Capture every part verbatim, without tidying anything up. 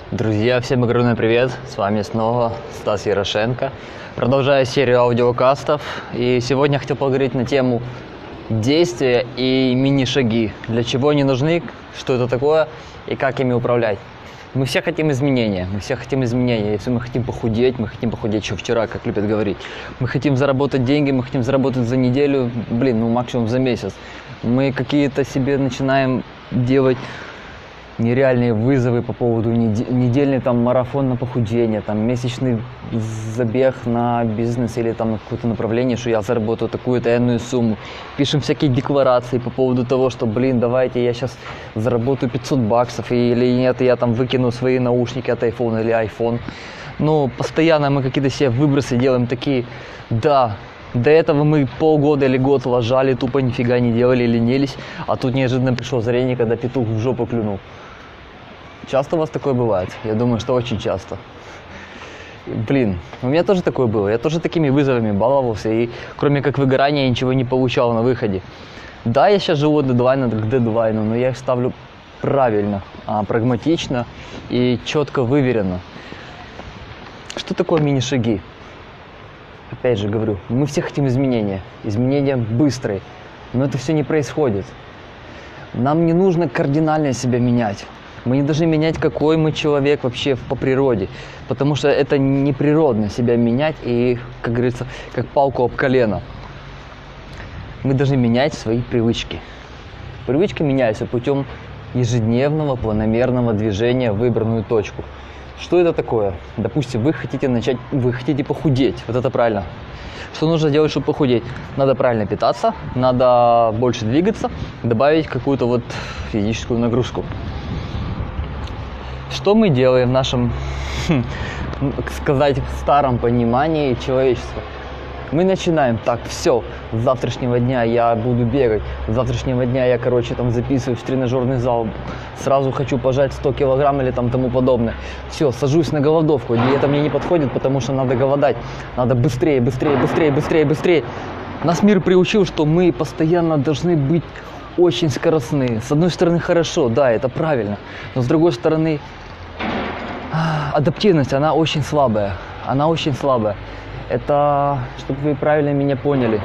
Друзья, всем огромный привет! С вами снова Стас Ярошенко. Продолжаю серию аудиокастов. И сегодня я хотел поговорить на тему действия и мини-шаги. Для чего они нужны, что это такое и как ими управлять. Мы все хотим изменения, мы все хотим изменения. Если мы хотим похудеть, мы хотим похудеть еще вчера, как любят говорить. Мы хотим заработать деньги, мы хотим заработать за неделю, блин, ну максимум за месяц. Мы какие-то себе начинаем делать нереальные вызовы по поводу недельный там марафон на похудение, там месячный забег на бизнес или там на какое-то направление, что я заработаю такую-то энную сумму. Пишем всякие декларации по поводу того, что, блин, давайте я сейчас заработаю пятьсот баксов, или нет, я там выкину свои наушники от iPhone или iPhone. Ну, постоянно мы какие-то себе выбросы делаем такие, да, до этого мы полгода или год ложали, тупо нифига не делали, ленились, а тут неожиданно пришло зрение, когда петух в жопу клюнул. Часто у вас такое бывает? Я думаю, что очень часто. Блин, у меня тоже такое было. Я тоже такими вызовами баловался, и кроме как выгорания я ничего не получал на выходе. Да, я сейчас живу от дедлайна к дедлайну, но я их ставлю правильно, прагматично и четко выверенно. Что такое мини-шаги? Опять же говорю, мы все хотим изменения. Изменения быстрые, но это все не происходит. Нам не нужно кардинально себя менять. Мы не должны менять, какой мы человек вообще по природе, потому что это неприродно себя менять и, как говорится, как палку об колено. Мы должны менять свои привычки. Привычки меняются путем ежедневного планомерного движения в выбранную точку. Что это такое? Допустим, вы хотите начать, вы хотите похудеть, вот это правильно. Что нужно делать, чтобы похудеть? Надо правильно питаться, надо больше двигаться, добавить какую-то вот физическую нагрузку. Что мы делаем в нашем, так сказать, старом понимании человечества? Мы начинаем, так, все, с завтрашнего дня я буду бегать, с завтрашнего дня я, короче, там записываюсь в тренажерный зал, сразу хочу пожать сто килограмм или там тому подобное. Все, сажусь на голодовку, и это мне не подходит, потому что надо голодать, надо быстрее, быстрее, быстрее, быстрее, быстрее. Нас мир приучил, что мы постоянно должны быть очень скоростные. С одной стороны, хорошо, да, это правильно, но с другой стороны, адаптивность, она очень слабая, она очень слабая. Это, чтобы вы правильно меня поняли,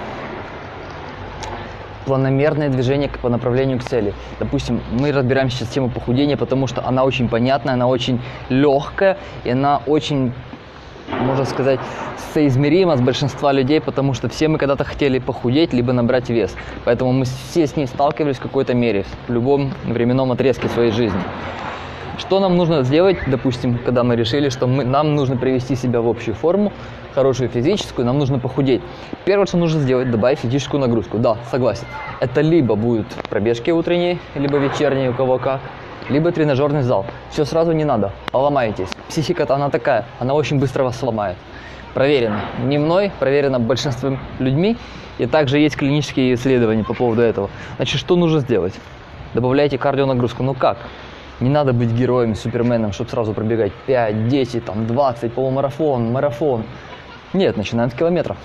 планомерное движение по направлению к цели. Допустим, мы разбираем сейчас тему похудения, потому что она очень понятная, она очень легкая, и она очень, можно сказать, соизмерима с большинством людей, потому что все мы когда-то хотели похудеть, либо набрать вес. Поэтому мы все с ней сталкивались в какой-то мере, в любом временном отрезке своей жизни. Что нам нужно сделать, допустим, когда мы решили, что мы, нам нужно привести себя в общую форму, хорошую физическую, нам нужно похудеть. Первое, что нужно сделать, добавить физическую нагрузку. Да, согласен. Это либо будут пробежки утренние, либо вечерние, у кого как, либо тренажерный зал. Все сразу не надо, поломаетесь. Психика-то она такая, она очень быстро вас сломает. Проверено. Не мной, проверено большинством людьми. И также есть клинические исследования по поводу этого. Значит, что нужно сделать? Добавляйте кардионагрузку. Ну как? Не надо быть героем, суперменом, чтобы сразу пробегать пять, десять, там, двадцать, полумарафон, марафон. Нет, начинаем с километра.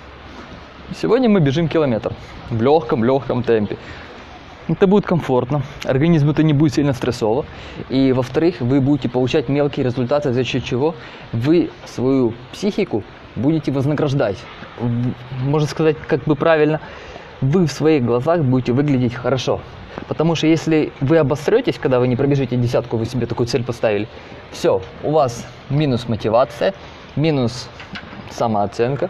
Сегодня мы бежим километр в легком-легком темпе. Это будет комфортно, организму это не будет сильно стрессово. И, во-вторых, вы будете получать мелкие результаты, за счет чего вы свою психику будете вознаграждать. Можно сказать, как бы правильно, вы в своих глазах будете выглядеть хорошо. Потому что если вы обосретесь, когда вы не пробежите десятку, вы себе такую цель поставили, все, у вас минус мотивация, минус самооценка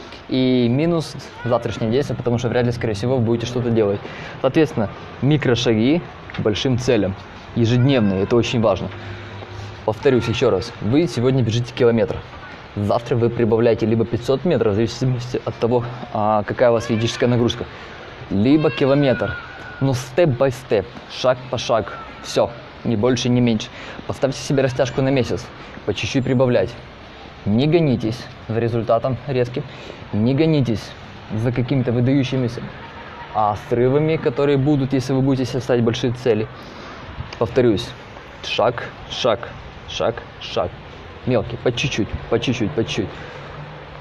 и минус завтрашнее действие, потому что вряд ли, скорее всего, вы будете что-то делать. Соответственно, микрошаги к большим целям, ежедневные, это очень важно. Повторюсь еще раз, вы сегодня бежите километр, завтра вы прибавляете либо пятьсот метров, в зависимости от того, какая у вас физическая нагрузка, либо километр. Но степ-бай-степ, шаг по шаг, все, ни больше, ни меньше. Поставьте себе растяжку на месяц, по чуть-чуть прибавлять. Не гонитесь за результатом резким, не гонитесь за какими-то выдающимися а срывами, которые будут, если вы будете себе ставить большие цели. Повторюсь, шаг, шаг, шаг, шаг. Мелкий, по чуть-чуть, по чуть-чуть, по чуть-чуть.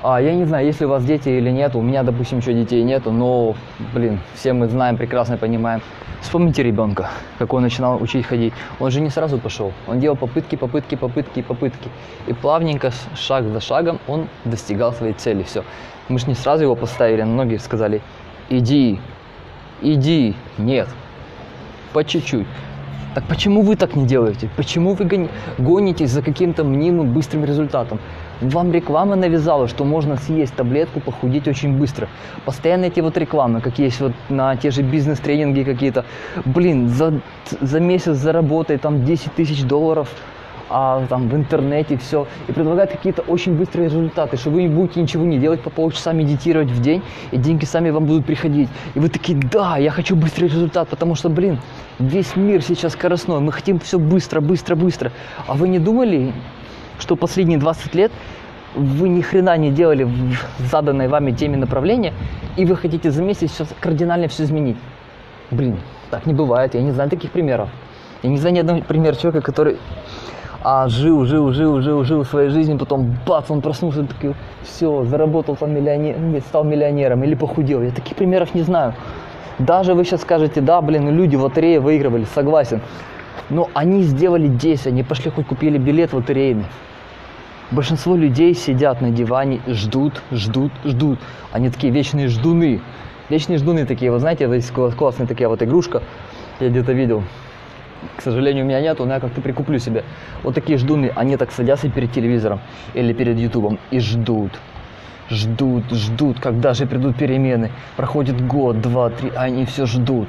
А, я не знаю, есть ли у вас дети или нет. У меня, допустим, еще детей нету, но, блин, все мы знаем, прекрасно понимаем. Вспомните ребенка, как он начинал учить ходить. Он же не сразу пошел. Он делал попытки, попытки, попытки, попытки. И плавненько, шаг за шагом, он достигал своей цели. Все. Мы же не сразу его поставили на ноги и сказали: иди, иди. Нет. По чуть-чуть. Так почему вы так не делаете? Почему вы гонитесь за каким-то мнимым быстрым результатом? Вам реклама навязала, что можно съесть таблетку, похудеть очень быстро. Постоянно эти вот рекламы, как есть вот на те же бизнес-тренинги какие-то. Блин, за, за месяц заработай там десять тысяч долларов а, там, в интернете, все. И предлагают какие-то очень быстрые результаты, что вы не будете ничего не делать, по полчаса медитировать в день, и деньги сами вам будут приходить. И вы такие: да, я хочу быстрый результат, потому что, блин, весь мир сейчас скоростной, мы хотим все быстро, быстро, быстро. А вы не думали, что последние двадцать лет вы ни хрена не делали в заданной вами теме направления, и вы хотите за месяц сейчас кардинально все изменить? Блин, так не бывает, я не знаю таких примеров. Я не знаю ни одного примера человека, который а, жил, жил, жил, жил, жил своей жизнью, потом бац, он проснулся, такой: все, заработал, там миллионер, стал миллионером или похудел. Я таких примеров не знаю. Даже вы сейчас скажете: да, блин, люди в лотерее выигрывали, согласен. Но они сделали десять, они пошли хоть купили билет лотерейный. Большинство людей сидят на диване, ждут, ждут, ждут. Они такие вечные ждуны. Вечные ждуны такие, вы знаете, есть классная такая вот игрушка, я где-то видел. К сожалению, у меня нету, но я как-то прикуплю себе. Вот такие ждуны, они так садятся перед телевизором или перед ютубом и ждут. Ждут, ждут, когда же придут перемены. Проходит год, два, три, а они все ждут.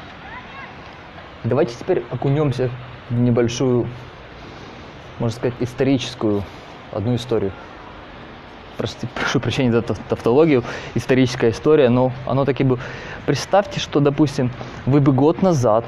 Давайте теперь окунемся в небольшую, можно сказать, историческую одну историю. Прости, прошу прощения за тавтологию, историческая история, но оно таки было. Представьте, что, допустим, вы бы год назад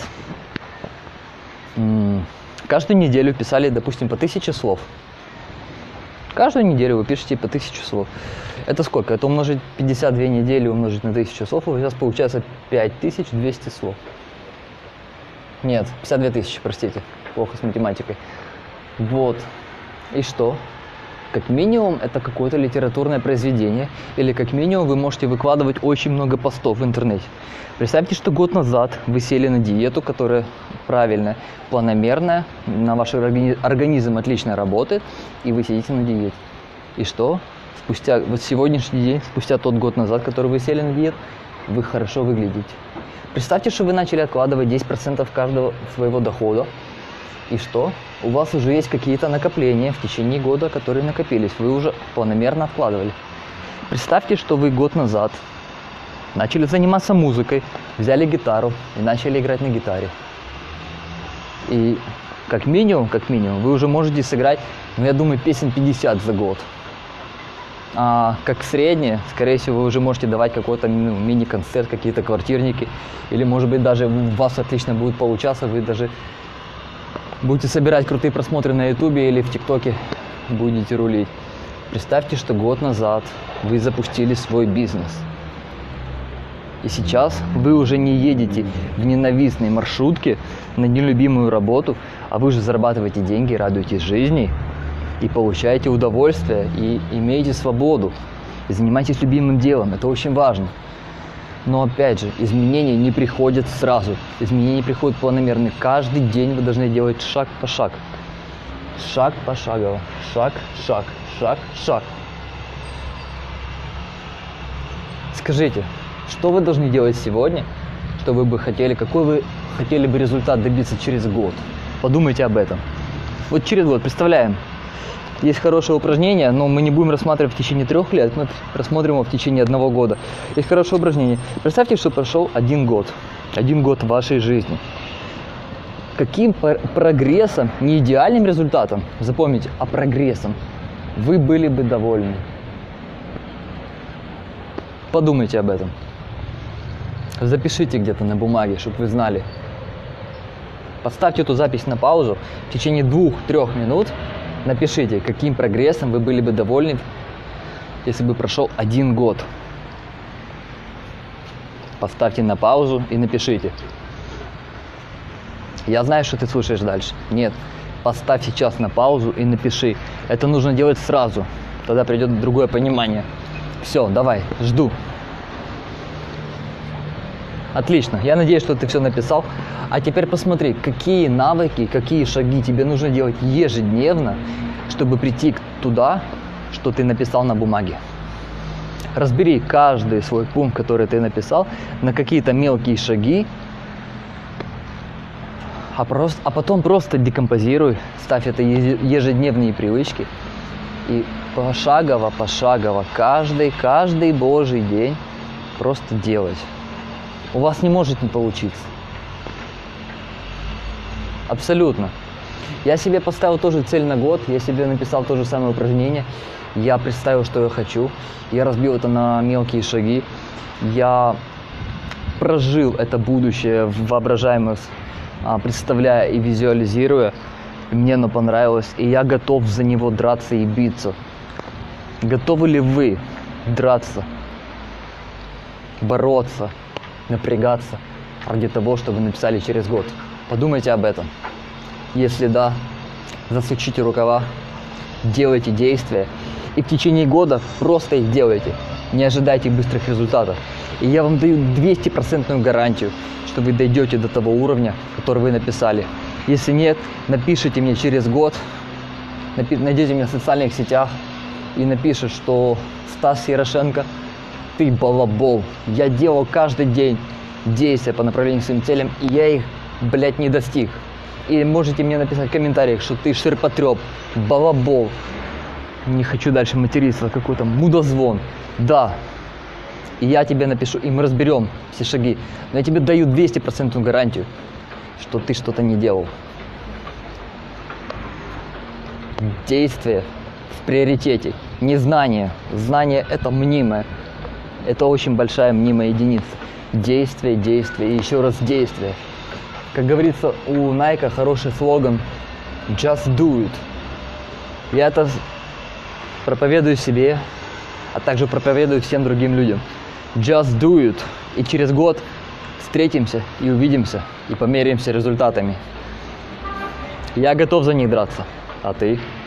м- каждую неделю писали, допустим, по тысяче слов. Каждую неделю вы пишете по тысяче слов. Это сколько? Это умножить пятьдесят две недели, умножить на тысячу слов, и у вас получается пять тысяч двести слов. Нет, пятьдесят две тысячи, простите, плохо с математикой. Вот. И что? Как минимум, это какое-то литературное произведение, или как минимум вы можете выкладывать очень много постов в интернете. Представьте, что год назад вы сели на диету, которая правильная, планомерная, на ваш организм отлично работает, и вы сидите на диете. И что? Спустя, вот сегодняшний день, спустя тот год назад, который вы сели на диету, вы хорошо выглядите. Представьте, что вы начали откладывать десять процентов каждого своего дохода. И что? У вас уже есть какие-то накопления в течение года, которые накопились. Вы уже планомерно откладывали. Представьте, что вы год назад начали заниматься музыкой, взяли гитару и начали играть на гитаре. И как минимум, как минимум, вы уже можете сыграть, ну, я думаю, песен пятьдесят за год. А как среднее, скорее всего, вы уже можете давать какой-то, ну, мини-концерт, какие-то квартирники. Или, может быть, даже у вас отлично будет получаться, вы даже будете собирать крутые просмотры на ютубе или в тиктоке будете рулить. Представьте, что год назад вы запустили свой бизнес. И сейчас вы уже не едете в ненавистной маршрутке на нелюбимую работу, а вы уже зарабатываете деньги, радуетесь жизни и получаете удовольствие, и имеете свободу. И занимайтесь любимым делом, это очень важно. Но опять же, изменения не приходят сразу. Изменения приходят планомерно. Каждый день вы должны делать шаг по шаг. Шаг пошагово. Шаг, шаг, шаг, шаг. Скажите, что вы должны делать сегодня, что вы бы хотели, какой вы хотели бы результат добиться через год? Подумайте об этом. Вот через год, представляем, есть хорошее упражнение, но мы не будем рассматривать в течение трех лет, мы рассмотрим его в течение одного года. Есть хорошее упражнение. Представьте, что прошел один год. Один год вашей жизни. Каким прогрессом, не идеальным результатом, запомните, а прогрессом, вы были бы довольны? Подумайте об этом. Запишите где-то на бумаге, чтобы вы знали. Поставьте эту запись на паузу. В течение двух-трех минут напишите, каким прогрессом вы были бы довольны, если бы прошел один год. Поставьте на паузу и напишите. Я знаю, что ты слушаешь дальше. Нет. Поставь сейчас на паузу и напиши. Это нужно делать сразу. Тогда придет другое понимание. Все, давай, жду. Отлично, я надеюсь, что ты все написал. А теперь посмотри, какие навыки, какие шаги тебе нужно делать ежедневно, чтобы прийти туда, что ты написал на бумаге. Разбери каждый свой пункт, который ты написал, на какие-то мелкие шаги, а, просто, а потом просто декомпозируй, ставь это ежедневные привычки и пошагово, пошагово, каждый, каждый божий день просто делать. У вас не может не получиться. Абсолютно. Я себе поставил тоже цель на год, я себе написал то же самое упражнение, я представил, что я хочу, я разбил это на мелкие шаги, я прожил это будущее воображаемое, представляя и визуализируя, и мне оно понравилось, и я готов за него драться и биться. Готовы ли вы драться, бороться, напрягаться ради того, чтобы вы написали через год? Подумайте об этом. Если да, засучите рукава, делайте действия и в течение года просто их делайте. Не ожидайте быстрых результатов. И я вам даю двухсотпроцентную гарантию, что вы дойдете до того уровня, который вы написали. Если нет, напишите мне через год, напи- найдите меня в социальных сетях и напишите, что Стас Ярошенко, ты балабол. Я делал каждый день действия по направлению к своим целям, и я их, блядь, не достиг. И можете мне написать в комментариях, что ты ширпотреб, балабол. Не хочу дальше материться, какой-то мудозвон. Да, и я тебе напишу, и мы разберем все шаги. Но я тебе даю двухсотпроцентную гарантию, что ты что-то не делал. Действие в приоритете, не знание. Знание – это мнимое. Это очень большая мнимая единица. Действие, действие и еще раз действие. Как говорится, у Nike хороший слоган «Just do it». Я это проповедую себе, а также проповедую всем другим людям. Just do it. И через год встретимся и увидимся, и померяемся результатами. Я готов за них драться. А ты?